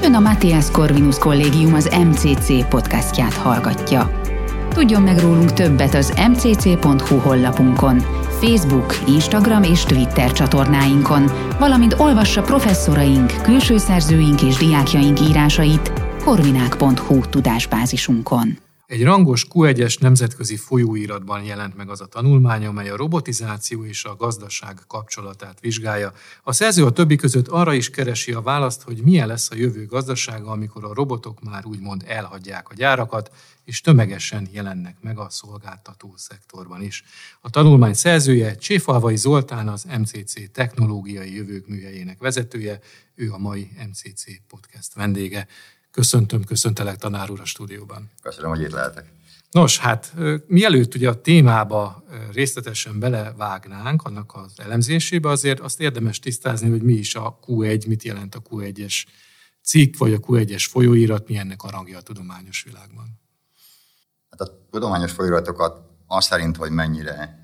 Ön a Matthias Corvinus Kollégium az MCC podcastját hallgatja. Tudjon meg rólunk többet az mcc.hu honlapunkon, Facebook, Instagram és Twitter csatornáinkon, valamint olvassa professzoraink, külső szerzőink és diákjaink írásait corvinák.hu tudásbázisunkon. Egy rangos Q1-es nemzetközi folyóiratban jelent meg az a tanulmány, amely a robotizáció és a gazdaság kapcsolatát vizsgálja. A szerző a többi között arra is keresi a választ, hogy milyen lesz a jövő gazdasága, amikor a robotok már úgymond elhagyják a gyárakat, és tömegesen jelennek meg a szolgáltató szektorban is. A tanulmány szerzője Cséfalvai Zoltán, az MCC technológiai jövők műhelyének vezetője, ő a mai MCC podcast vendége. Köszöntelek, tanár úr, a stúdióban. Köszönöm, hogy itt lehetek. Nos, hát mielőtt ugye a témába részletesen belevágnánk, annak az elemzésébe, azért azt érdemes tisztázni, hogy mi is a Q1, mit jelent a Q1-es cikk, vagy a Q1-es folyóirat, mi ennek a rangja a tudományos világban. Hát a tudományos folyóiratokat azt szerint, hogy mennyire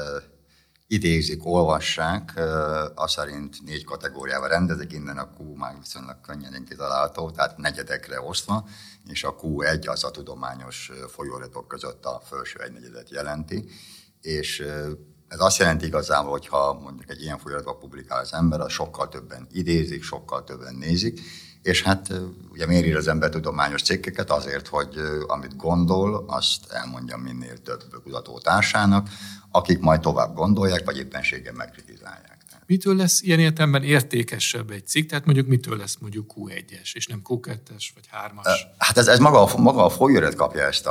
idézik, olvassák, azt szerint 4 kategóriával rendezik, innen a Q már viszonylag könnyen kitalálható, tehát negyedekre osztva, és a Q1 az a tudományos folyóiratok között a felső egynegyedet jelenti, és ez azt jelenti igazából, hogyha mondjuk egy ilyen folyóiratban publikál az ember, az sokkal többen idézik, sokkal többen nézik, és hát ugye miért ír az ember tudományos cikkeket? Azért, hogy amit gondol, azt elmondja minél több kutatótársának, akik majd tovább gondolják, vagy éppenséggel megkritizálják. Mitől lesz ilyen értelemben értékesebb egy cikk? Tehát mondjuk mitől lesz mondjuk Q1-es, és nem Q2-es, vagy 3-as? Hát ez maga a folyóirat kapja ezt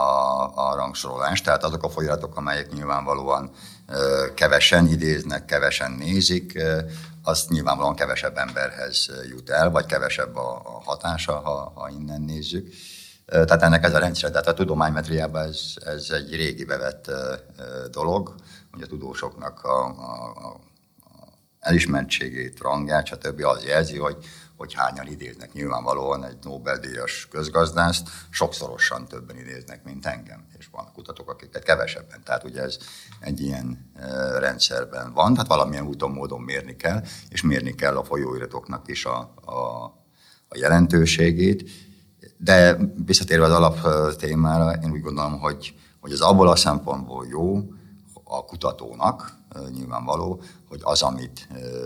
a rangsorolást, tehát azok a folyóiratok, amelyek nyilvánvalóan kevesen idéznek, kevesen nézik, az nyilvánvalóan kevesebb emberhez jut el, vagy kevesebb a hatása, ha innen nézzük. Tehát ennek ez a rendszer, tehát a tudománymetriában ez egy régi bevett dolog, hogy a tudósoknak a elismertségét, rangját, stb. Az jelzi, hogy hányan idéznek. Nyilvánvalóan egy Nobel-díjas közgazdászt sokszorosan többen idéznek, mint engem, és vannak kutatók, akiket kevesebben. Tehát ugye ez egy ilyen rendszerben van, tehát valamilyen úton, módon mérni kell, és mérni kell a folyóiratoknak is a jelentőségét. De visszatérve az alaptémára, én úgy gondolom, hogy ez abból a szempontból jó a kutatónak, nyilvánvaló, hogy az, amit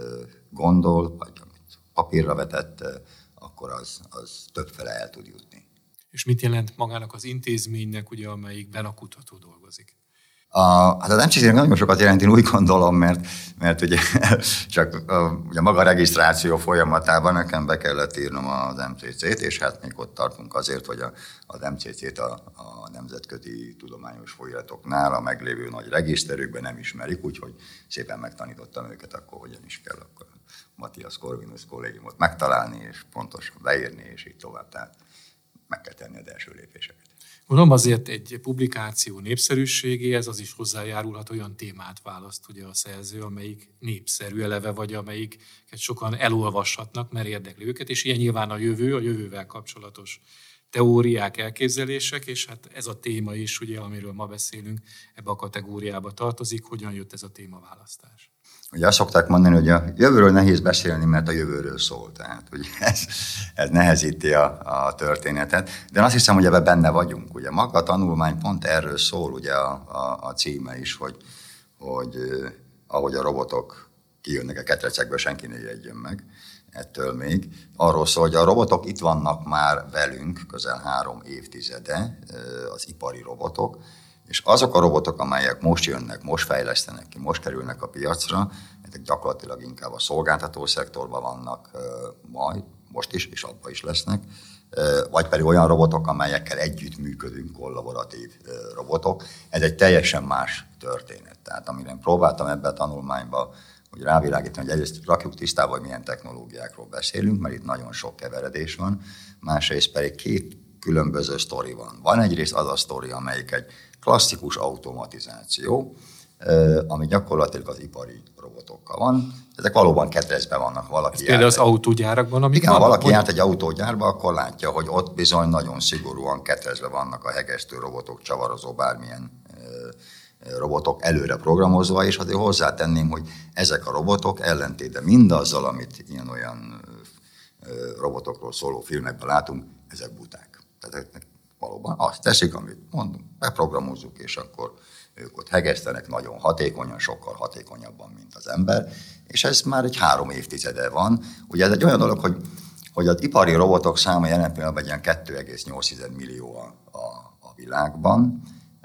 gondol, vagy amit papírra vetett, akkor az többfele el tud jutni. És mit jelent magának az intézménynek, ugye, amelyikben a kutató dolgozik? Hát az MCC-nek nagyon sokat jelent, én úgy gondolom, mert ugye csak ugye maga a regisztráció folyamatában nekem be kellett írnom az MCC-t, és hát még ott tartunk azért, hogy az MCC-t a nemzetközi tudományos folyiratoknál a meglévő nagy regiszterükben nem ismerik, úgyhogy szépen megtanítottam őket akkor, hogyan is kell akkor Matthias Corvinus Kollégiumot megtalálni, és pontosan beírni, és így tovább. Tehát meg kell tenni az első lépéseket. Mondom, azért egy publikáció népszerűségéhez az is hozzájárulhat, olyan témát választ ugye a szerző, amelyik népszerű eleve, vagy amelyiket sokan elolvashatnak, mert érdekli őket, és ilyen nyilván a jövővel kapcsolatos teóriák, elképzelések, és hát ez a téma is, ugye, amiről ma beszélünk, ebbe a kategóriába tartozik. Hogyan jött ez a témaválasztás? Ugye azt szokták mondani, hogy a jövőről nehéz beszélni, mert a jövőről szól. Tehát ugye ez nehezíti a történetet. De azt hiszem, hogy ebben benne vagyunk. Ugye maga a tanulmány pont erről szól, ugye a címe is, hogy ahogy a robotok kijönnek a ketrecekből, senki ne ijedjön meg ettől még. Arról szól, hogy a robotok itt vannak már velünk közel 3 évtizede, az ipari robotok, és azok a robotok, amelyek most jönnek, most fejlesztenek ki, most kerülnek a piacra, ezek gyakorlatilag inkább a szolgáltató szektorban vannak majd, most is, és abban is lesznek, vagy pedig olyan robotok, amelyekkel együtt működünk, kollaboratív robotok. Ez egy teljesen más történet. Tehát amire próbáltam ebben a tanulmányban, hogy rávilágítani, hogy egyrészt rakjuk tisztába, hogy milyen technológiákról beszélünk, mert itt nagyon sok keveredés van, másrészt pedig 2 különböző sztori van. Van egyrészt az a sztori, amelyik egy klasszikus automatizáció, ami gyakorlatilag az ipari robotokkal van. Ezek valóban ketrecben vannak. Valaki például az autógyárakban, amik igen, ha valaki járt egy autógyárba, akkor látja, hogy ott bizony nagyon szigorúan ketrecben vannak a hegesztő robotok, csavarozó bármilyen robotok előre programozva, és azért hozzátenném, hogy ezek a robotok ellentétben mindazzal, amit ilyen-olyan robotokról szóló filmekben látunk, ezek buták. Tehát valóban azt teszik, amit mondunk, beprogramozzuk, és akkor ők ott hegesztenek nagyon hatékonyan, sokkal hatékonyabban, mint az ember, és ez már egy 3 évtizede van. Ugye ez egy olyan dolog, hogy az ipari robotok száma jelen pillanatban egy ilyen 2,8 millió a világban,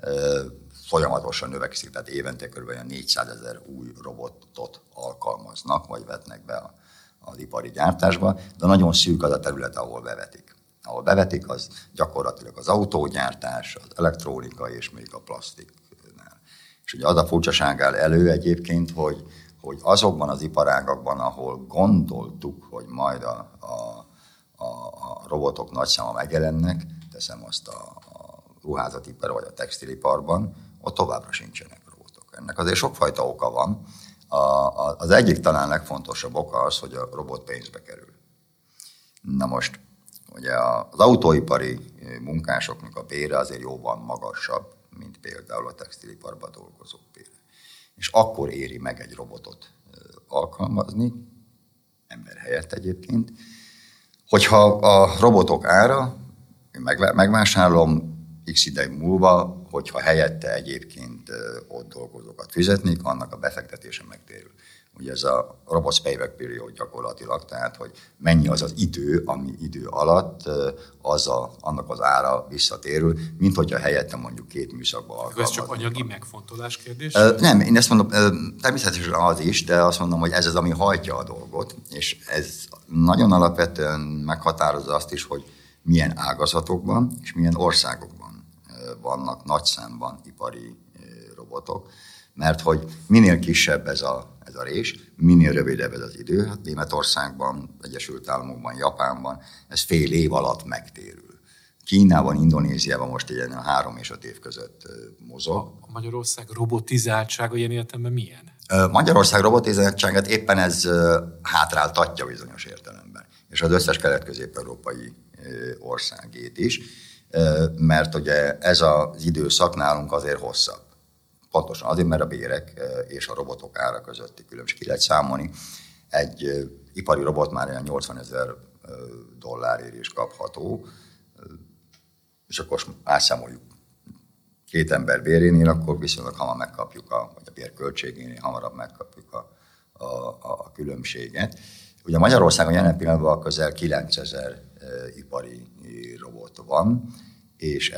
folyamatosan növekszik, tehát évente kb. 400 000 új robotot alkalmaznak, vagy vetnek be az ipari gyártásba, de nagyon szűk az a terület, ahol bevetik. Ahol bevetik, az gyakorlatilag az autógyártás, az elektronika és még a plastiknál. És ugye az a furcsaság áll elő egyébként, hogy azokban az iparágakban, ahol gondoltuk, hogy majd a robotok nagy száma megjelennek, teszem azt a ruházatipar vagy a textiliparban, ott továbbra sincsenek robotok. Ennek azért sokfajta oka van. Az egyik talán legfontosabb oka az, hogy a robot pénzbe kerül. Na most, ugye az autóipari munkásoknak a bére azért jóval magasabb, mint például a textiliparban dolgozók bére. És akkor éri meg egy robotot alkalmazni, ember helyett egyébként, hogyha a robotok ára, én megvásárolom x ideig múlva, hogyha helyette egyébként ott dolgozókat fizetnék, annak a befektetése megtérül. Ugye ez a robots payback period gyakorlatilag, tehát hogy mennyi az az idő, ami idő alatt annak az ára visszatérül, mint hogyha helyette mondjuk 2 műszakba alkalmazni. Ez csak anyagi megfontolás kérdés? Nem, én ezt mondom, természetesen az is, de azt mondom, hogy ez az, ami hajtja a dolgot, és ez nagyon alapvetően meghatározza azt is, hogy milyen ágazatokban és milyen országokban vannak nagy számban ipari robotok, mert hogy minél kisebb ez a rés, minél rövidebb ez az idő. Hát Németországban, Egyesült Államokban, Japánban ez fél év alatt megtérül. Kínában, Indonéziában most ilyen 3 és 5 év között mozog. A Magyarország robotizáltsága ilyen értelemben milyen? Magyarország robotizáltságát éppen ez hátráltatja bizonyos értelemben. És az összes kelet-közép-európai országét is, mert ugye ez az időszak nálunk azért hosszabb. Pontosan azért, mert a bérek és a robotok ára közötti különbség ki lehet számolni. Egy ipari robot már olyan $80,000 is kapható, és akkor átszámoljuk 2 ember bérénél, akkor viszonylag hamar megkapjuk, vagy a bér költségénél hamarabb megkapjuk a különbséget. Ugye Magyarországon jelen pillanatban közel 9000 ipari robot van, és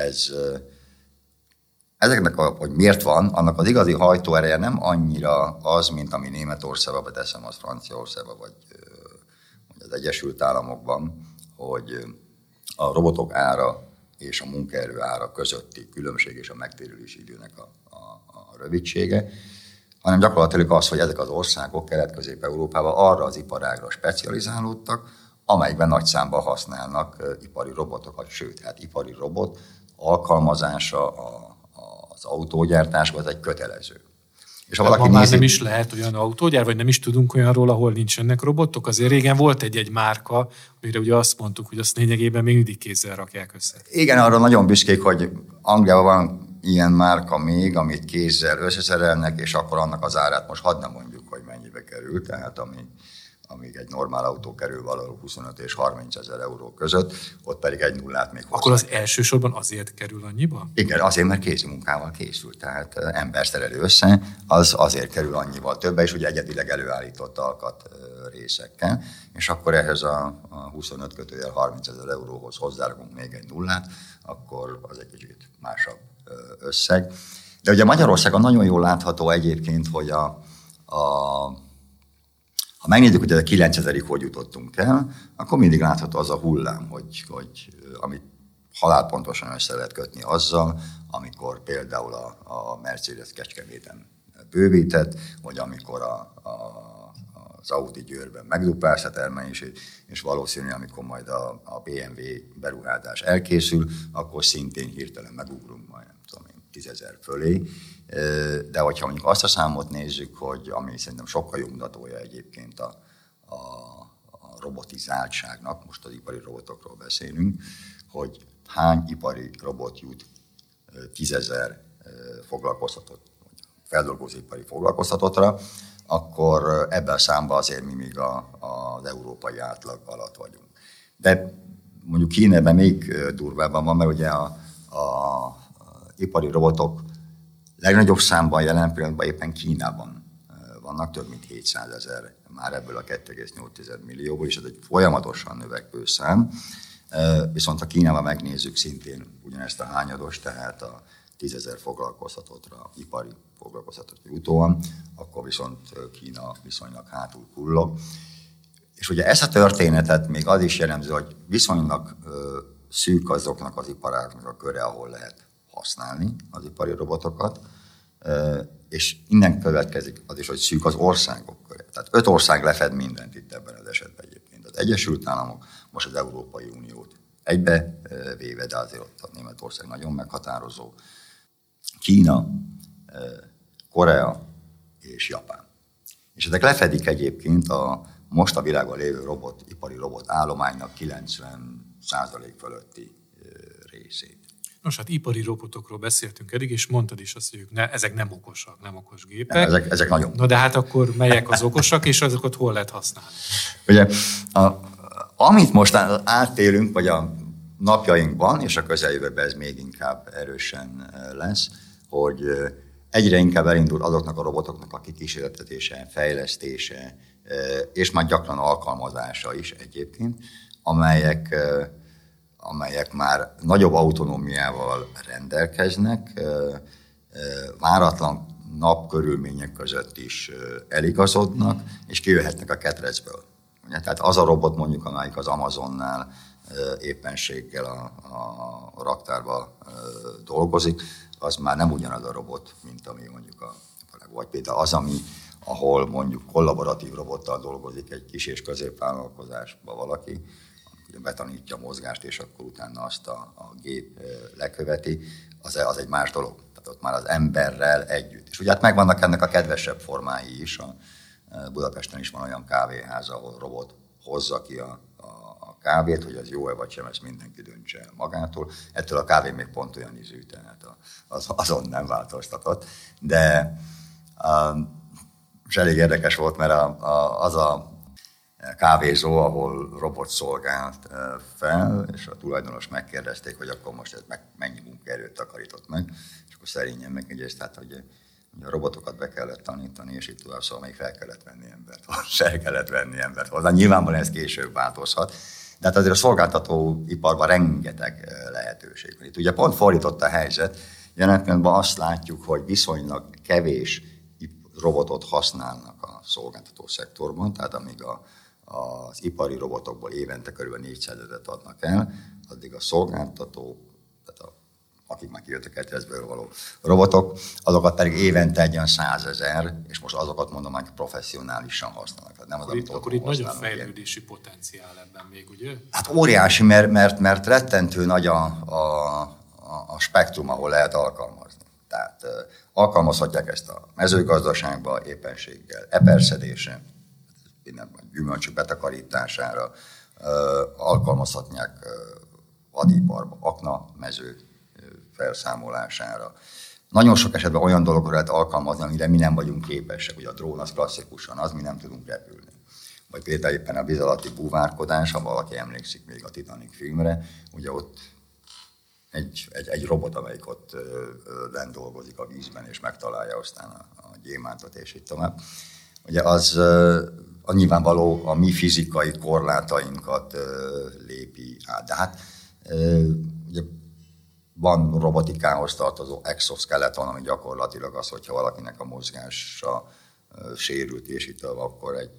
ezeknek, hogy miért van, annak az igazi hajtóereje nem annyira az, mint ami Németországban, vagy teszem az Franciaországban, vagy az Egyesült Államokban, hogy a robotok ára és a munkaerő ára közötti különbség és a megtérülési időnek a rövidsége, hanem gyakorlatilag az, hogy ezek az országok Kelet-Közép-Európában arra az iparágra specializálódtak, amelyben nagy számban használnak ipari robotokat, sőt, hát ipari robot alkalmazása az autógyártásban egy kötelező. És ha valaki már nem is lehet olyan autógyár, vagy nem is tudunk olyanról, ahol nincsenek robotok? Azért régen volt egy márka, amire ugye azt mondtuk, hogy azt lényegében még mindig kézzel rakják össze. Igen, arra nagyon büszkék, hogy Angliában van ilyen márka még, amit kézzel összeszerelnek, és akkor annak az árát most hadd nem mondjuk, hogy mennyibe kerül, tehát amíg egy normál autó kerül valahol 25 és 30 ezer euró között, ott pedig egy nullát még hozzá. Akkor az elsősorban azért kerül annyiba? Igen, azért, mert kézi munkával készült, tehát ember szerelő össze, az azért kerül annyival többe, és ugye egyedileg előállított alkatrészekkel, és akkor ehhez a 25-30 ezer euróhoz hozzárakunk még egy nullát, akkor az egy kicsit másabb összeg. De ugye Magyarországon nagyon jól látható egyébként, hogy ha megnézzük, hogy a 9000-ig hogy jutottunk el, akkor mindig látható az a hullám, hogy amit halálpontosan össze lehet kötni azzal, amikor például a Mercedes Kecskeméten bővített, vagy amikor az Audi Győrben megduplázta a termelését, és valószínűleg amikor majd a BMW beruházás elkészül, akkor szintén hirtelen megugrunk majd, nem tudom én, 10 000 fölé. De hogyha mondjuk azt a számot nézzük, hogy ami szerintem sokkal jobb mutatója egyébként a robotizáltságnak, most az ipari robotokról beszélünk, hogy hány ipari robot jut 10 000 foglalkoztatott, feldolgozóipari foglalkoztatottra, akkor ebben a számban azért mi még az európai átlag alatt vagyunk. De mondjuk Kínában még durvábban van, mert ugye a ipari robotok legnagyobb számban jelen pillanatban éppen Kínában vannak, több mint 700 000 már ebből a 2,8 millióból, és ez egy folyamatosan növekvő szám. Viszont ha Kínában megnézzük szintén ugyanezt a hányados, tehát a 10 000 foglalkoztatottra, ipari foglalkoztatottra jutóan, akkor viszont Kína viszonylag hátul kullog. És ugye ezt a történetet még az is jellemző, hogy viszonylag szűk azoknak az iparágnak a köre, ahol lehet használni az ipari robotokat, és innen következik az is, hogy szűk az országok köre. Tehát 5 ország lefed mindent itt ebben az esetben egyébként. Az Egyesült Államok, most az Európai Uniót egybevéve, de azért ott a Németország nagyon meghatározó, Kína, Korea és Japán. És ezek lefedik egyébként most a világban lévő ipari robot állománynak 90% fölötti részét. Nos, hát ipari robotokról beszéltünk eddig, és mondtad is azt, hogy ezek nem okosak, nem okos gépek. Nem, ezek nagyon. Na de hát akkor melyek az okosak, és azokat hol lehet használni? Ugye, amit most átélünk, vagy a napjainkban, és a közeljövőben ez még inkább erősen lesz, hogy egyre inkább elindul azoknak a robotoknak a kikísérletetése, fejlesztése, és már gyakran alkalmazása is egyébként, amelyek már nagyobb autonómiával rendelkeznek, váratlan napkörülmények között is eligazodnak, és kijöhetnek a ketrecből. Tehát az a robot mondjuk, amelyik az Amazonnál éppenséggel a raktárban dolgozik, az már nem ugyanaz a robot, mint ami mondjuk vagy például az, ahol mondjuk kollaboratív robottal dolgozik egy kis és középvállalkozásban valaki, ugye betanítja a mozgást, és akkor utána azt a gép leköveti, az egy más dolog. Tehát ott már az emberrel együtt. És ugye hát megvannak ennek a kedvesebb formái is. Budapesten is van olyan kávéház, ahol robot hozza ki a kávét, hogy az jó-e vagy sem, ezt mindenki döntse magától. Ettől a kávé még pont olyan ízű, tehát azon nem változtatott. De és elég érdekes volt, mert az a kávézó, ahol robot szolgált fel, és a tulajdonos megkérdezték, hogy akkor most ez mennyi munkaerőt takarított meg, és akkor szerényen megjegyezte, hát, hogy a robotokat be kellett tanítani, és itt tovább, szóval még fel kellett venni embert, se kellett venni embert hozzá. Nyilvánvalóan ez később változhat, de hát azért a szolgáltatóiparban rengeteg lehetőség van. Itt ugye pont fordított a helyzet, jelen pillanatban azt látjuk, hogy viszonylag kevés robotot használnak a szolgáltató szektorban, tehát amíg az ipari robotokból évente kb. 400 000 adnak el, addig a szolgáltató, tehát akik már kijöttek ketrecből való robotok, azokat pedig évente egy olyan 100 000, és most azokat mondom, hogy professzionálisan használnak. Tehát nem az, akkor itt nagyon fejlődési potenciál ebben még, ugye? Hát óriási, mert rettentő nagy a spektrum, ahol lehet alkalmazni. Tehát alkalmazhatják ezt a mezőgazdaságba éppenséggel, eperszedésre, gyümölcsök betakarítására, alkalmazhatják vadiparba, aknamező felszámolására. Nagyon sok esetben olyan dolgokra lehet alkalmazni, amire mi nem vagyunk képesek. Ugye a drón az klasszikusan az, mi nem tudunk repülni. Vagy például éppen a víz alatti búvárkodás, ha valaki emlékszik még a Titanic filmre, ugye ott egy robot, amelyik ott lent dolgozik a vízben, és megtalálja aztán a gyémántot, és így tovább. Ugye az nyilvánvaló a mi fizikai korlátainkat lépi át. De hát ugye van robotikához tartozó exoskeleton, ami gyakorlatilag az, hogyha valakinek a mozgása sérült, és itt akkor egy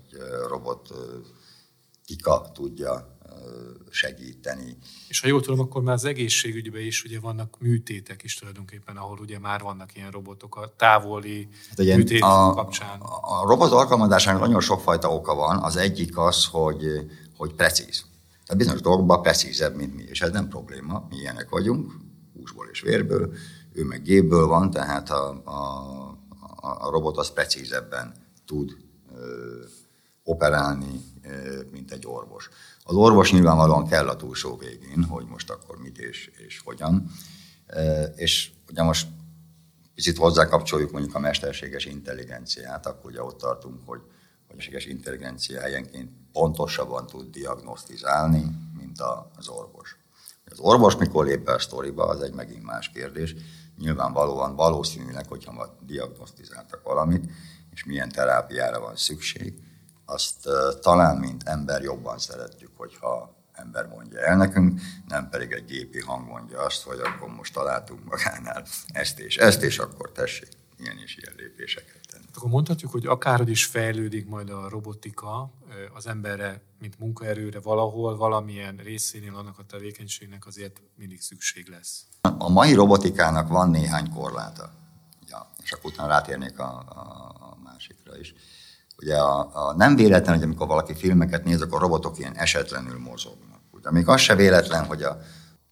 robotika tudja segíteni. És ha jól tudom, akkor már az egészségügyben is ugye vannak műtétek is tulajdonképpen, ahol ugye már vannak ilyen robotok a távoli műtét kapcsán. A robot alkalmazásának nagyon sokfajta oka van. Az egyik az, hogy precíz. Tehát bizonyos dolgokban precízebb, mint mi, és ez nem probléma, mi ilyenek vagyunk, húsból és vérből, ő meg gépből van, tehát a robot az precízebben tud operálni, mint egy orvos. Az orvos nyilvánvalóan kell a túlsó végén, hogy most akkor mit és hogyan. És ugye most picit hozzákapcsoljuk mondjuk a mesterséges intelligenciát, akkor ugye ott tartunk, hogy a mesterséges intelligencia helyenként pontosabban tud diagnosztizálni, mint mint az orvos. Az orvos mikor lép be a sztoriba, az egy megint más kérdés. Nyilvánvalóan valószínűleg, hogyha ma diagnosztizáltak valamit, és milyen terápiára van szükség, azt talán, mint ember jobban szeretjük, hogyha ember mondja el nekünk, nem pedig egy gépi hang mondja azt, hogy akkor most találtunk magánál ezt, és akkor tessék ilyen és ilyen lépéseket tenni. Akkor mondhatjuk, hogy akárhogy is fejlődik majd a robotika, az emberre, mint munkaerőre valahol, valamilyen részénél annak a tevékenységnek azért mindig szükség lesz. A mai robotikának van néhány korláta. Ja, és akkor utána rátérnék a másikra is. Ugye nem véletlen, hogy amikor valaki filmeket néz, akkor a robotok ilyen esetlenül mozognak. De még az se véletlen, hogy a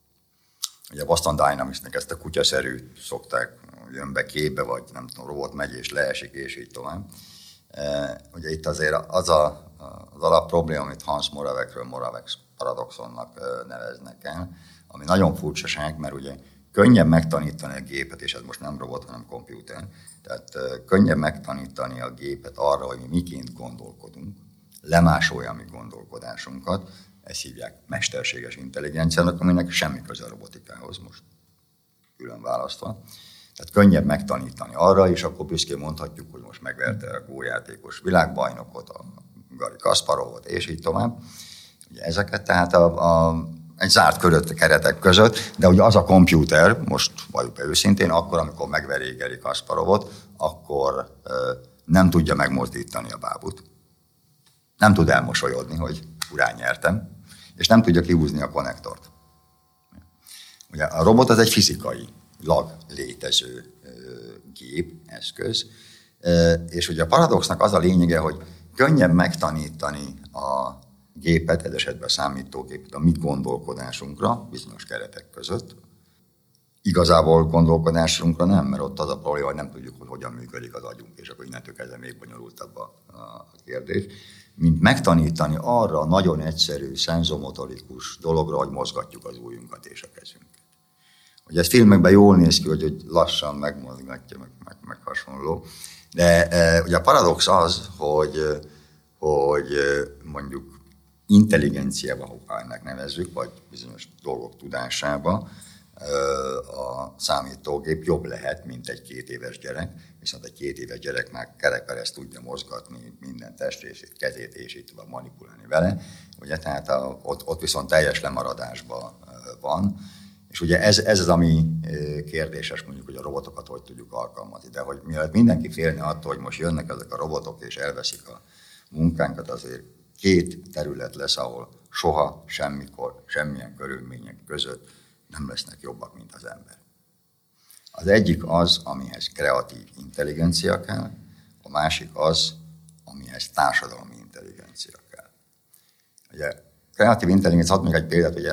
Boston Dynamics-nek ezt a kutyaszerű szokták, jön be képbe, vagy nem tudom, robot megy és leesik, és így tovább. Ugye itt azért az alap probléma, amit Hans Moravec paradoxonnak neveznek el, ami nagyon furcsaság, mert ugye könnyebb megtanítani a gépet, és ez most nem robot, hanem komputer, tehát könnyebb megtanítani a gépet arra, hogy mi miként gondolkodunk, lemásolja a mi gondolkodásunkat, ezt hívják mesterséges intelligenciának, aminek semmi köze a robotikához most külön választva. Tehát könnyebb megtanítani arra, és akkor büszkén mondhatjuk, hogy most megverte a gójátékos világbajnokot, a Garry Kasparovot, és így tovább. Ugye ezeket tehát egy zárt keretek között, de ugye az a komputer, most valljuk be őszintén, akkor, amikor megveri Garry Kasparovot, akkor nem tudja megmozdítani a bábut. Nem tud elmosolyodni, hogy urán nyertem, és nem tudja kihúzni a konnektort. Ugye a robot az egy fizikailag létező gép, eszköz, és ugye a paradoxnak az a lényege, hogy könnyebb megtanítani a gépet, ez esetben a számítógépet a mi gondolkodásunkra, bizonyos keretek között. Igazából gondolkodásunkra nem, mert ott az a probléma, hogy nem tudjuk, hogy hogyan működik az agyunk, és akkor innentől kezdve még bonyolultabb a kérdés. Mint megtanítani arra a nagyon egyszerű, szenzomotorikus dologra, hogy mozgatjuk az ujjunkat és a kezünket. Ugye ez filmekben jól néz ki, hogy lassan megmozgatja, meg hasonló. De ugye a paradox az, hogy mondjuk intelligenciában, ha ennek nevezzük, vagy bizonyos dolgok tudásába, a számítógép jobb lehet, mint egy 2 éves gyerek, viszont egy 2 éves gyerek már kerekperec tudja mozgatni minden testrészét, kezét, és így tovább manipulálni vele. Ugye, tehát ott viszont teljes lemaradásban van. És ugye ez az, ami kérdéses, mondjuk, hogy a robotokat hogy tudjuk alkalmazni. De hogy mielőtt mindenki félne attól, hogy most jönnek ezek a robotok és elveszik a munkánkat, azért 2 terület lesz, ahol soha, semmikor, semmilyen körülmények között nem lesznek jobbak, mint az ember. Az egyik az, amihez kreatív intelligencia kell, a másik az, amihez társadalmi intelligencia kell. Ugye kreatív intelligencia, hadd még egy példát, ugye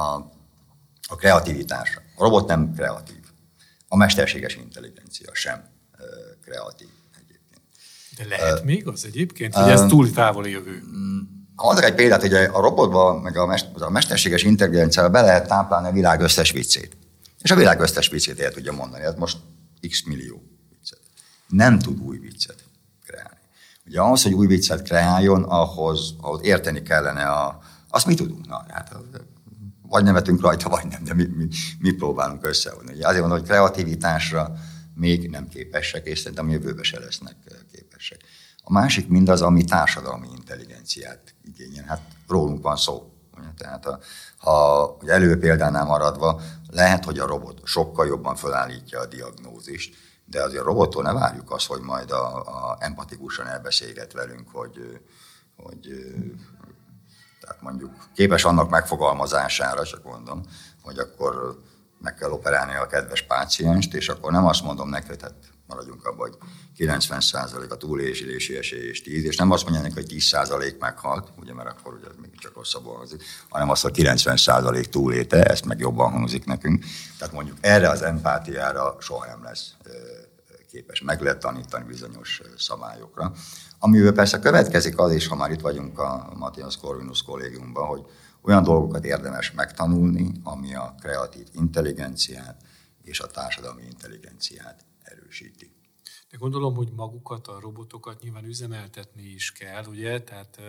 a kreativitásra. A robot nem kreatív. A mesterséges intelligencia sem kreatív egyébként. De lehet még az egyébként, hogy ez túl távoli jövő? Mondok egy példát, hogy a robotban, meg a mesterséges intelligenciába be lehet táplálni a világ összes viccét. És a világ összes viccét el tudja mondani. Ez most x millió viccet. Nem tud új viccet kreálni. Ugye ahhoz, hogy új viccet kreáljon, ahhoz érteni kellene azt mi tudunk. Na, hát vagy nevetünk rajta, vagy nem, de mi próbálunk összevonni. Ugye azért mondom, hogy kreativitásra még nem képesek, és szerintem jövőben se lesznek képesek. A másik mindaz, ami társadalmi intelligenciát igényel. Hát rólunk van szó. Tehát ha előpéldánál maradva, lehet, hogy a robot sokkal jobban felállítja a diagnózist, de azért a robottól ne várjuk azt, hogy majd empatikusan elbeszélget velünk, hogy tehát mondjuk képes annak megfogalmazására, csak mondom, hogy akkor meg kell operálni a kedves pácienst, és akkor nem azt mondom neki, hogy hát maradjunk abban, hogy 90% a túlélési esély és 10, és nem azt mondja neki, hogy 10% meghalt, ugye, mert akkor ugye még csak rosszabbul hangzik, hanem azt, hogy 90% túléte, ezt meg jobban hangzik nekünk. Tehát mondjuk erre az empátiára soha nem lesz képes. Meg lehet tanítani bizonyos szabályokra. Amiből persze következik az is, ha már itt vagyunk a Matthias Corvinus kollégiumban, hogy olyan dolgokat érdemes megtanulni, ami a kreatív intelligenciát és a társadalmi intelligenciát erősíti. De gondolom, hogy magukat, a robotokat nyilván üzemeltetni is kell, ugye? Tehát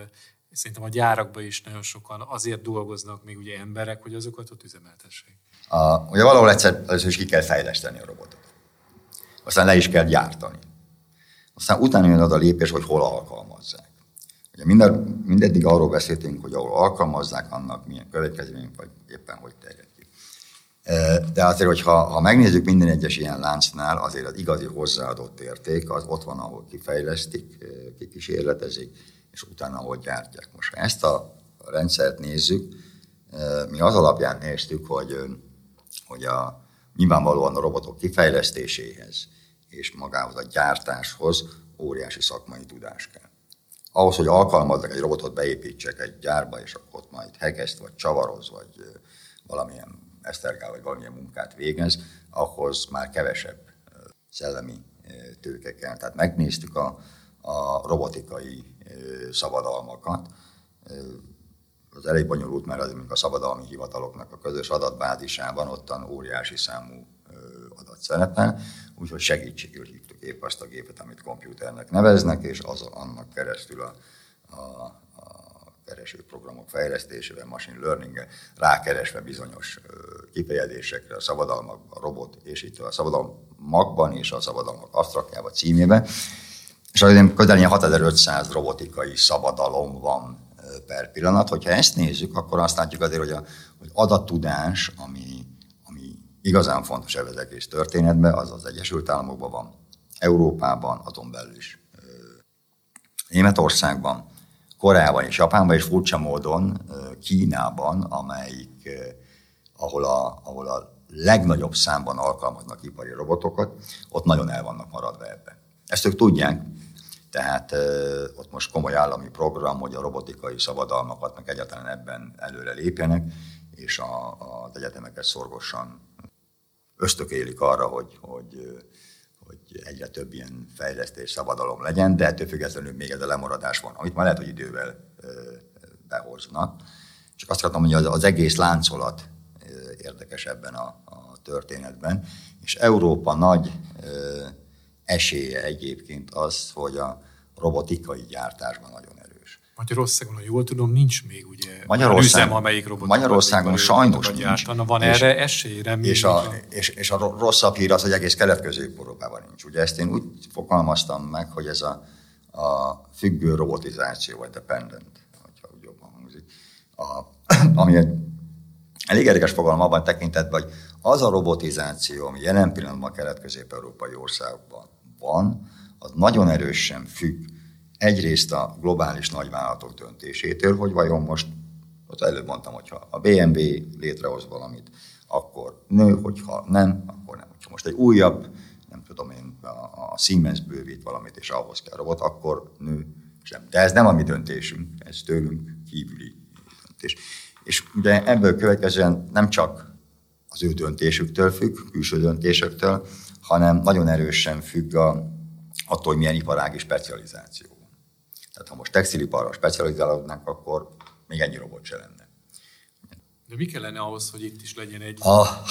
Szerintem a gyárakban is nagyon sokan azért dolgoznak még ugye emberek, hogy azokat ott üzemeltessék. Ugye valahol először is ki kell fejleszteni a robotot. Aztán le is kell gyártani. Aztán utána jön az a lépés, hogy hol alkalmazzák. Ugye mindeddig arról beszéltünk, hogy ahol alkalmazzák, annak milyen következmény, vagy éppen hogy terjed ki. De azért, hogyha megnézzük minden egyes ilyen láncnál, azért az igazi hozzáadott érték az ott van, ahol kifejlesztik, kikísérletezik, és utána ahol gyártják. Most ha ezt a rendszert nézzük, mi az alapján néztük, hogy nyilvánvalóan a robotok kifejlesztéséhez és magához a gyártáshoz óriási szakmai tudás kell. Ahhoz, hogy alkalmazzak egy robotot, beépítsek egy gyárba, és akkor ott majd hegeszt, vagy csavaroz, vagy valamilyen esztergál, vagy valamilyen munkát végez, ahhoz már kevesebb szellemi tőke kell. Tehát megnéztük a robotikai szabadalmakat. Az elég bonyolult, mert az, a szabadalmi hivataloknak a közös adatbázisában ottan óriási számú adat szerepel, úgyhogy segítségül hívtuk épp azt a gépet, amit komputernek neveznek, és annak keresztül a keresőprogramok fejlesztésével, machine learning-el rákeresve bizonyos kifejezésekre, a szabadalmakban, a robot, és itt a szabadalmakban és a szabadalmak absztraktjában, címében. És közel 6500 robotikai szabadalom van per pillanat. Hogyha ezt nézzük, akkor azt látjuk azért, hogy adattudás, ami igazán fontos ebben az egész történetben, az az Egyesült Államokban van, Európában, azon belül is, Németországban, Koreában és Japánban, és furcsa módon Kínában, ahol a legnagyobb számban alkalmaznak ipari robotokat, ott nagyon el vannak maradva ebben. Ezt ők tudják, tehát ott most komoly állami program, hogy a robotikai szabadalmakat meg egyáltalán ebben előre lépjenek, és az egyetemeket szorgosan ösztökélik arra, hogy egyre több ilyen fejlesztés, szabadalom legyen, de ettől függetlenül még ez a lemaradás van, amit már lehet, hogy idővel behoznak. Csak azt akartam, hogy az egész láncolat érdekes ebben a történetben, és Európa nagy esélye egyébként az, hogy a robotikai gyártásban nagyon erős. Magyarországon, ha jól tudom, nincs még ugye üzem, amelyik robotokat Magyarországon sajnos nincs. Van erre esély, és a rosszabb hír az, hogy egész Kelet-Közép-Európában nincs. Ugye ezt én úgy fogalmaztam meg, hogy ez a függő robotizáció, vagy dependent, hogyha úgy jobban hangzik, ami egy elég érdekes fogalom abban tekintetben, hogy az a robotizáció, ami jelen pillanatban kelet-közép-európai országban van, az nagyon erősen függ egyrészt a globális nagyvállalatok döntésétől, hogy vajon most, ott előbb mondtam, hogyha a BMW létrehoz valamit, akkor nő, hogyha nem, akkor nem. Ha most egy újabb, nem tudom én, a Siemens bővít valamit, és ahhoz kell robot, akkor nő sem. De ez nem a mi döntésünk, ez tőlünk kívüli döntés. És ugye ebből következően nem csak az ő döntésüktől függ, külső döntésektől, hanem nagyon erősen függ attól, hogy milyen iparági specializáció. Tehát ha most textiliparra specializálódnánk, akkor még ennyi robot se lenne. De mi kellene ahhoz, hogy itt is legyen egy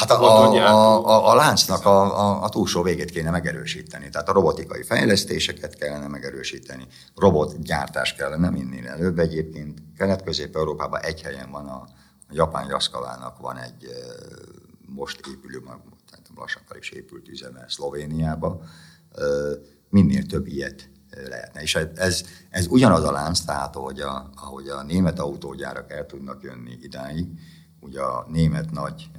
a láncnak a túlsó végét kéne megerősíteni. Tehát a robotikai fejlesztéseket kellene megerősíteni, robotgyártást kellene minél előbb. Egyébként Kelet-Közép-Európában egy helyen van a japán Jaszkalának van egy most épülő, tehát lassan fel is épült üzeme Szlovéniába. Minél több ilyet lehetne. És ez ugyanaz a lánc, tehát ahogy a német autógyárak el tudnak jönni idáig, ugye a német nagy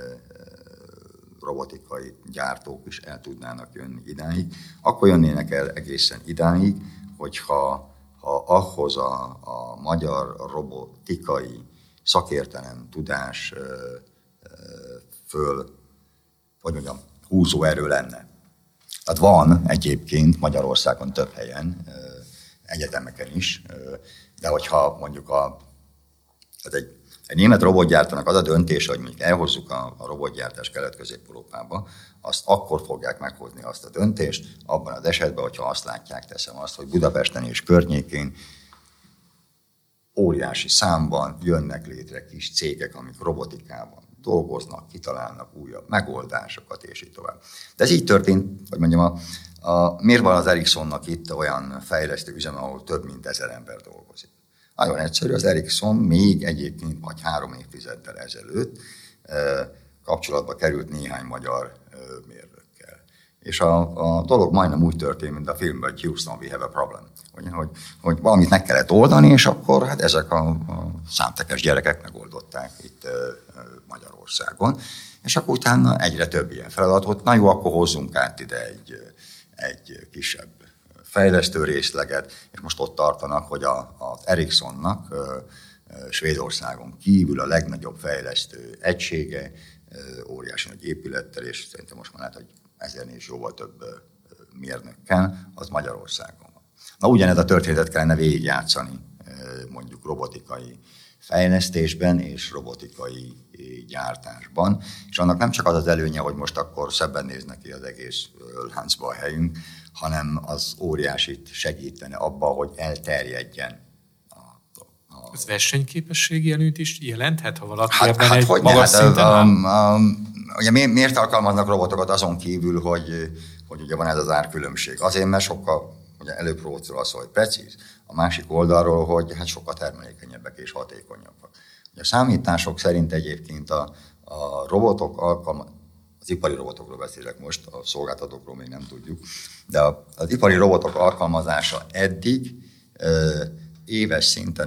robotikai gyártók is el tudnának jönni idáig, akkor jönnének el egészen idáig, hogyha ahhoz a magyar robotikai szakértelem, tudás húzó erő lenne. Tehát van egyébként Magyarországon több helyen, egyetemeken is, de hogyha mondjuk egy német robotgyártónak az a döntése, hogy mondjuk elhozzuk a robotgyártást Kelet-Közép-Európába, azt akkor fogják meghozni azt a döntést, abban az esetben, hogyha azt látják, teszem azt, hogy Budapesten és környékén óriási számban jönnek létre kis cégek, amik robotikában dolgoznak, kitalálnak újabb megoldásokat, és így tovább. De ez így történt, hogy mondjam, miért van az Ericssonnak itt olyan fejlesztő üzem, ahol több mint 1000 ember dolgozik? Nagyon egyszerű, az Ericsson még egyébként vagy 3 évtizeddel ezelőtt kapcsolatba került néhány magyar mérnökkel. És a dolog majdnem úgy történt, mint a filmben, hogy Houston, we have a problem. Hogy valamit meg kellett oldani, és akkor hát ezek a számtekes gyerekek megoldották itt Magyarországon. És akkor utána egyre több ilyen feladatot. Na jó, akkor hozzunk át ide egy kisebb fejlesztő részleget, és most ott tartanak, hogy az Ericssonnak Svédországon kívül a legnagyobb fejlesztő egysége, óriási nagy épülettel, és szerintem most már lehet, hogy 1000-nél is jóval több mérnökkel, az Magyarországon van. Na ugyanez a történetet kellene végigjátszani mondjuk robotikai fejlesztésben és robotikai gyártásban, és annak nem csak az az előnye, hogy most akkor szebben néznek ki az egész láncba a helyünk, hanem az óriásit segítene abba, hogy elterjedjen. Ez versenyképességi előnyt is jelenthet, ha valaki ebben egy magas szinten áll? Ugye miért alkalmaznak robotokat azon kívül, hogy ugye van ez az árkülönbség? Azért, mert sokkal, ugye előbb rócról az, hogy precíz, a másik oldalról, hogy hát sokkal termelékenyebbek és hatékonyabbak. Ugye a számítások szerint egyébként a robotok az ipari robotokról beszélek most, a szolgáltatókról még nem tudjuk, de az ipari robotok alkalmazása eddig éves szinten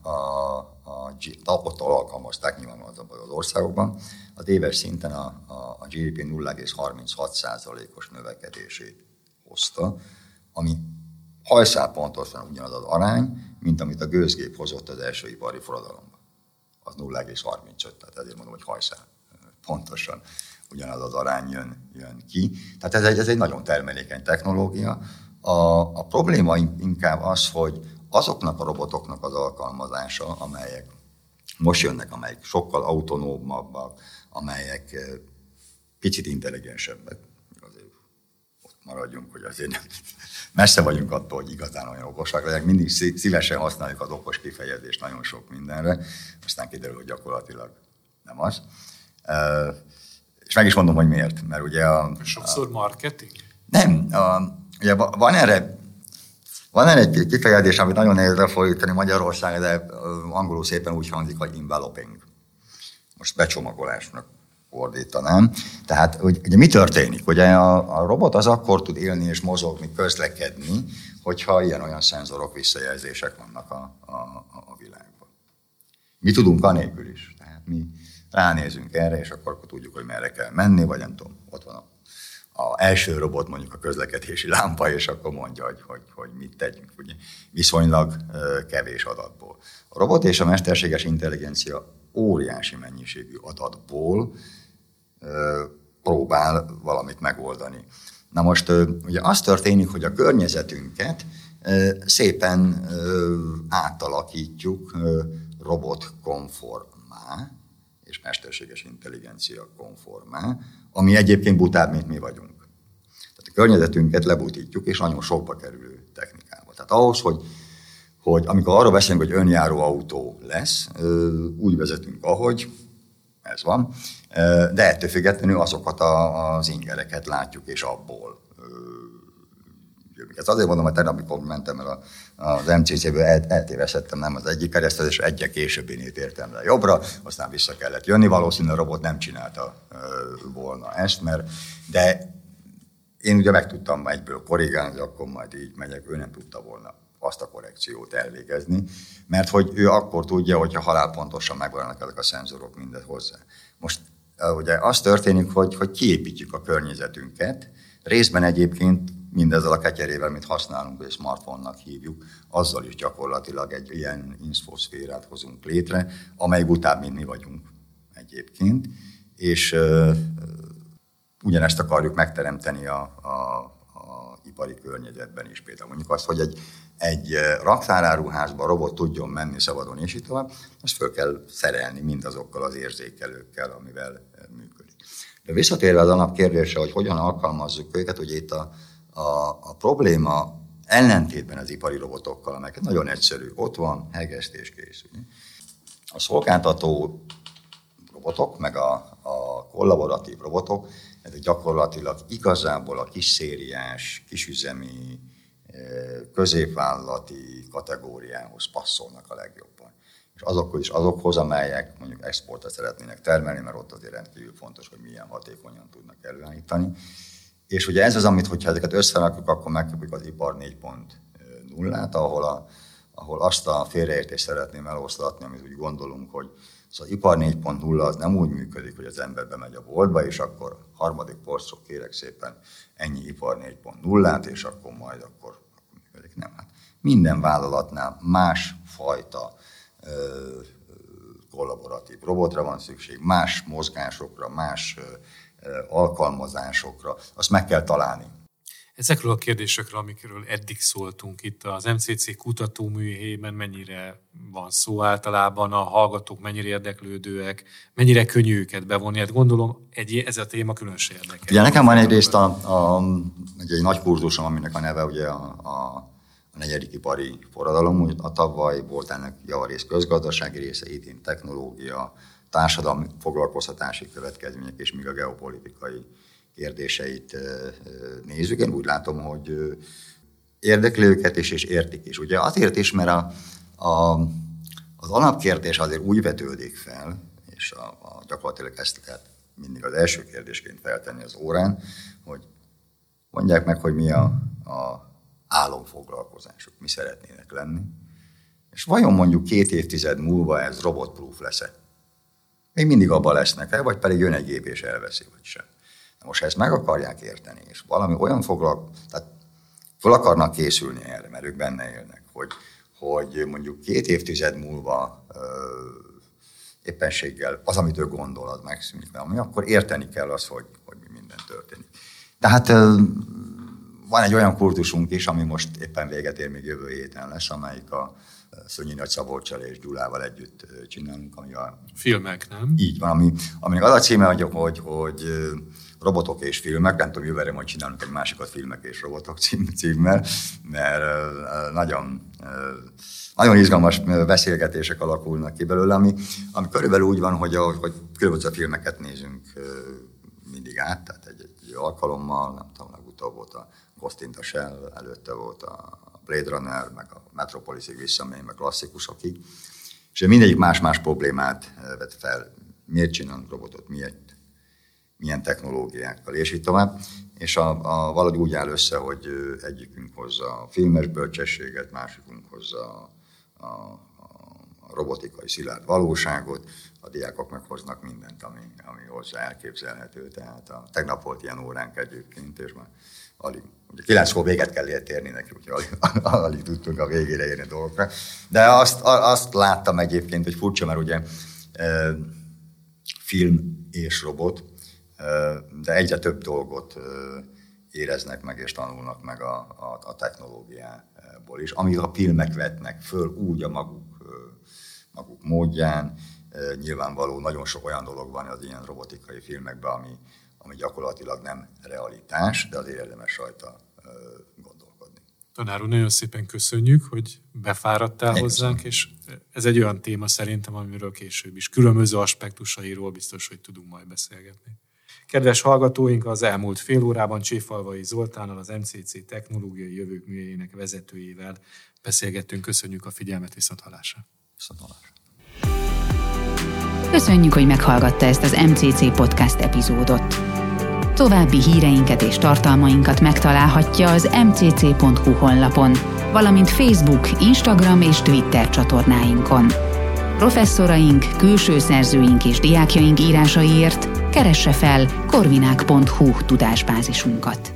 ott alkalmazták nyilvánvalóan az országokban, az éves szinten a GDP 0,36%-os növekedését hozta, ami hajszál pontosan ugyanaz az arány, mint amit a gőzgép hozott az első ipari forradalomban. Az 0,35, tehát ezért mondom, hogy hajszál pontosan ugyanaz az arány jön ki. Tehát ez egy nagyon termelékeny technológia. A probléma inkább az, hogy azoknak a robotoknak az alkalmazása, amelyek most jönnek, amelyek sokkal autonómabbak, amelyek picit intelligensebbek, azért ott maradjunk, hogy azért nem messze vagyunk attól, hogy igazán olyan okosak legyenek. Mindig szívesen használjuk az okos kifejezést nagyon sok mindenre, aztán kiderül, hogy gyakorlatilag nem az. És meg is mondom, hogy miért. Mert ugye sokszor marketing? Nem. Ugye van erre egy kifejezés, amit nagyon nehéz lefordítani Magyarországon, de angolul szépen úgy hangzik, hogy enveloping. Most becsomagolásnak fordítanám. Tehát, ugye mi történik? Ugye a robot az akkor tud élni és mozogni, közlekedni, hogyha ilyen-olyan szenzorok, visszajelzések vannak a világban. Mi tudunk anélkül is. Tehát mi ránézünk erre, és akkor tudjuk, hogy merre kell menni, vagy nem tudom, ott van az első robot, mondjuk a közlekedési lámpa, és akkor mondja, hogy mit tegyünk, ugye, viszonylag kevés adatból. A robot és a mesterséges intelligencia óriási mennyiségű adatból próbál valamit megoldani. Na most ugye az történik, hogy a környezetünket szépen átalakítjuk robotkonformá, és mesterséges intelligencia konformá, ami egyébként butább, mint mi vagyunk. Tehát a környezetünket lebutítjuk, és nagyon sokba kerülő technikával. Tehát ahhoz, hogy amikor arról beszélünk, hogy önjáró autó lesz, úgy vezetünk, ahogy ez van, de ettől függetlenül azokat az ingereket látjuk, és abból ezt azért mondom, hogy tegnap, amikor mentem el az MCC-ből, eltévesztettem nem az egyik keresztet, és egyen későbbinél értem le jobbra, aztán vissza kellett jönni. Valószínűleg a robot nem csinálta volna ezt, de én ugye meg tudtam egyből korrigálni, akkor majd így megyek, ő nem tudta volna azt a korrekciót elvégezni, mert hogy ő akkor tudja, hogyha halálpontosan megvannak ezek a szenzorok mindent hozzá. Most ugye az történik, hogy kiépítjük a környezetünket, részben egyébként mindezzel a ketyerével, amit használunk, és smartphone-nak hívjuk, azzal is gyakorlatilag egy ilyen infoszférát hozunk létre, amely butább, mint mi vagyunk egyébként, és ugyanezt akarjuk megteremteni a ipari környezetben is. Például mondjuk azt, hogy egy raktáráruházban robot tudjon menni szabadon, és így tovább, azt föl kell szerelni mindazokkal az érzékelőkkel, amivel működik. De visszatérve az a kérdésre, hogy hogyan alkalmazzuk őket, hogy itt a probléma ellentétben az ipari robotokkal, amelyek nagyon egyszerű, ott van, hegesztés kész. A szolgáltató robotok, meg a kollaboratív robotok, ezek gyakorlatilag igazából a kisszériás, kisüzemi középvállalati kategóriához passzolnak a legjobban. És azokhoz, amelyek mondjuk exportra szeretnének termelni, mert ott azért rendkívül fontos, hogy milyen hatékonyan tudnak előállítani. És ugye ez az, amit, hogyha ezeket összerakjuk, akkor megkapjuk az ipar 4.0-át, ahol azt a félreértést szeretném eloszlatni, amit úgy gondolunk, hogy az ipar 4.0 az nem úgy működik, hogy az ember bemegy a boltba, és akkor harmadik polcról kérek szépen ennyi ipar 4.0-át, és akkor működik. Nem. Hát minden vállalatnál más fajta kollaboratív robotra van szükség, más mozgásokra, más alkalmazásokra, azt meg kell találni. Ezekről a kérdésekről, amikről eddig szóltunk itt az MCC kutatóműhelyében, mennyire van szó általában, a hallgatók mennyire érdeklődőek, mennyire könnyű őket bevonni, hát gondolom ez a téma különösen érdekel. Ugye nekem van egyrészt egy nagy kurzusom, aminek a neve ugye a negyedik ipari forradalom, a tavaly volt ennek javarészt közgazdasági része, idén technológia, társadalmi foglalkoztatási következmények és még a geopolitikai kérdéseit nézzük. Én úgy látom, hogy érdekli őket és értik is. Ugye azért is, mert az alapkérdés azért úgy vetődik fel, és gyakorlatilag ezt lehet mindig az első kérdésként feltenni az órán, hogy mondják meg, hogy mi a álomfoglalkozásuk, mi szeretnének lenni. És vajon mondjuk 2 évtized múlva ez robotproof lesz-e? Még mindig abban lesznek-e, vagy pedig jön egy gép és elveszi, vagy sem. Most ha ezt meg akarják érteni, és valami olyan tehát fel akarnak készülni erre, mert ők benne élnek, hogy mondjuk 2 évtized múlva éppenséggel az, amit ő gondol, az megszűnik, ami akkor érteni kell az, hogy mi minden történik. Tehát van egy olyan kurzusunk is, ami most éppen véget ér, még jövő héten lesz, amelyik a Szönyi Nagy Szabolccsal és Gyulával együtt csinálunk. Ami a filmek, nem? Így van, aminek az a címe, hogy robotok és filmek, nem tudom, jövőre majd csinálunk egy másikat filmek és robotok címmel, mert nagyon izgalmas beszélgetések alakulnak ki belőle, ami körülbelül úgy van, hogy különböző filmeket nézünk mindig át, tehát egy alkalommal, nem tudom, legutóbb volt a Ghost in the Shell, előtte volt a Blade Runner, meg a Metropolisig visszamegy, meg klasszikusokig, és mindegyik más-más problémát vet fel. Miért csinálunk robotot, milyen technológiákkal, és így tovább. És valahogy úgy áll össze, hogy egyikünk hozza a filmes bölcsességet, másikunk hozza a robotikai szilárd valóságot, a diákok meghoznak mindent, ami hozzá elképzelhető. Tehát tegnap volt ilyen óránk egyébként, és már alig, ugye 9-kor véget kell érni neki, úgyhogy alig tudtunk a végére érni dolgokra. De azt láttam egyébként, hogy furcsa, mert ugye film és robot, de egyre több dolgot éreznek meg és tanulnak meg a technológiából is, amit a filmek vetnek föl úgy a maguk módján. Nyilvánvaló, nagyon sok olyan dolog van az ilyen robotikai filmekben, ami gyakorlatilag nem realitás, de azért érdemes rajta gondolkodni. Tanár úr, nagyon szépen köszönjük, hogy befáradtál hozzánk, és ez egy olyan téma szerintem, amiről később is különböző aspektusairól biztos, hogy tudunk majd beszélgetni. Kedves hallgatóink, az elmúlt fél órában Cséfalvai Zoltánnal, az MCC Technológiai Jövők Műhelyének vezetőjével beszélgettünk. Köszönjük a figyelmet, viszonthallásra. Köszönjük, hogy meghallgatta ezt az MCC Podcast epizódot. További híreinket és tartalmainkat megtalálhatja az mcc.hu honlapon, valamint Facebook, Instagram és Twitter csatornáinkon. Professzoraink, külső szerzőink és diákjaink írásaiért keresse fel corvinák.hu tudásbázisunkat.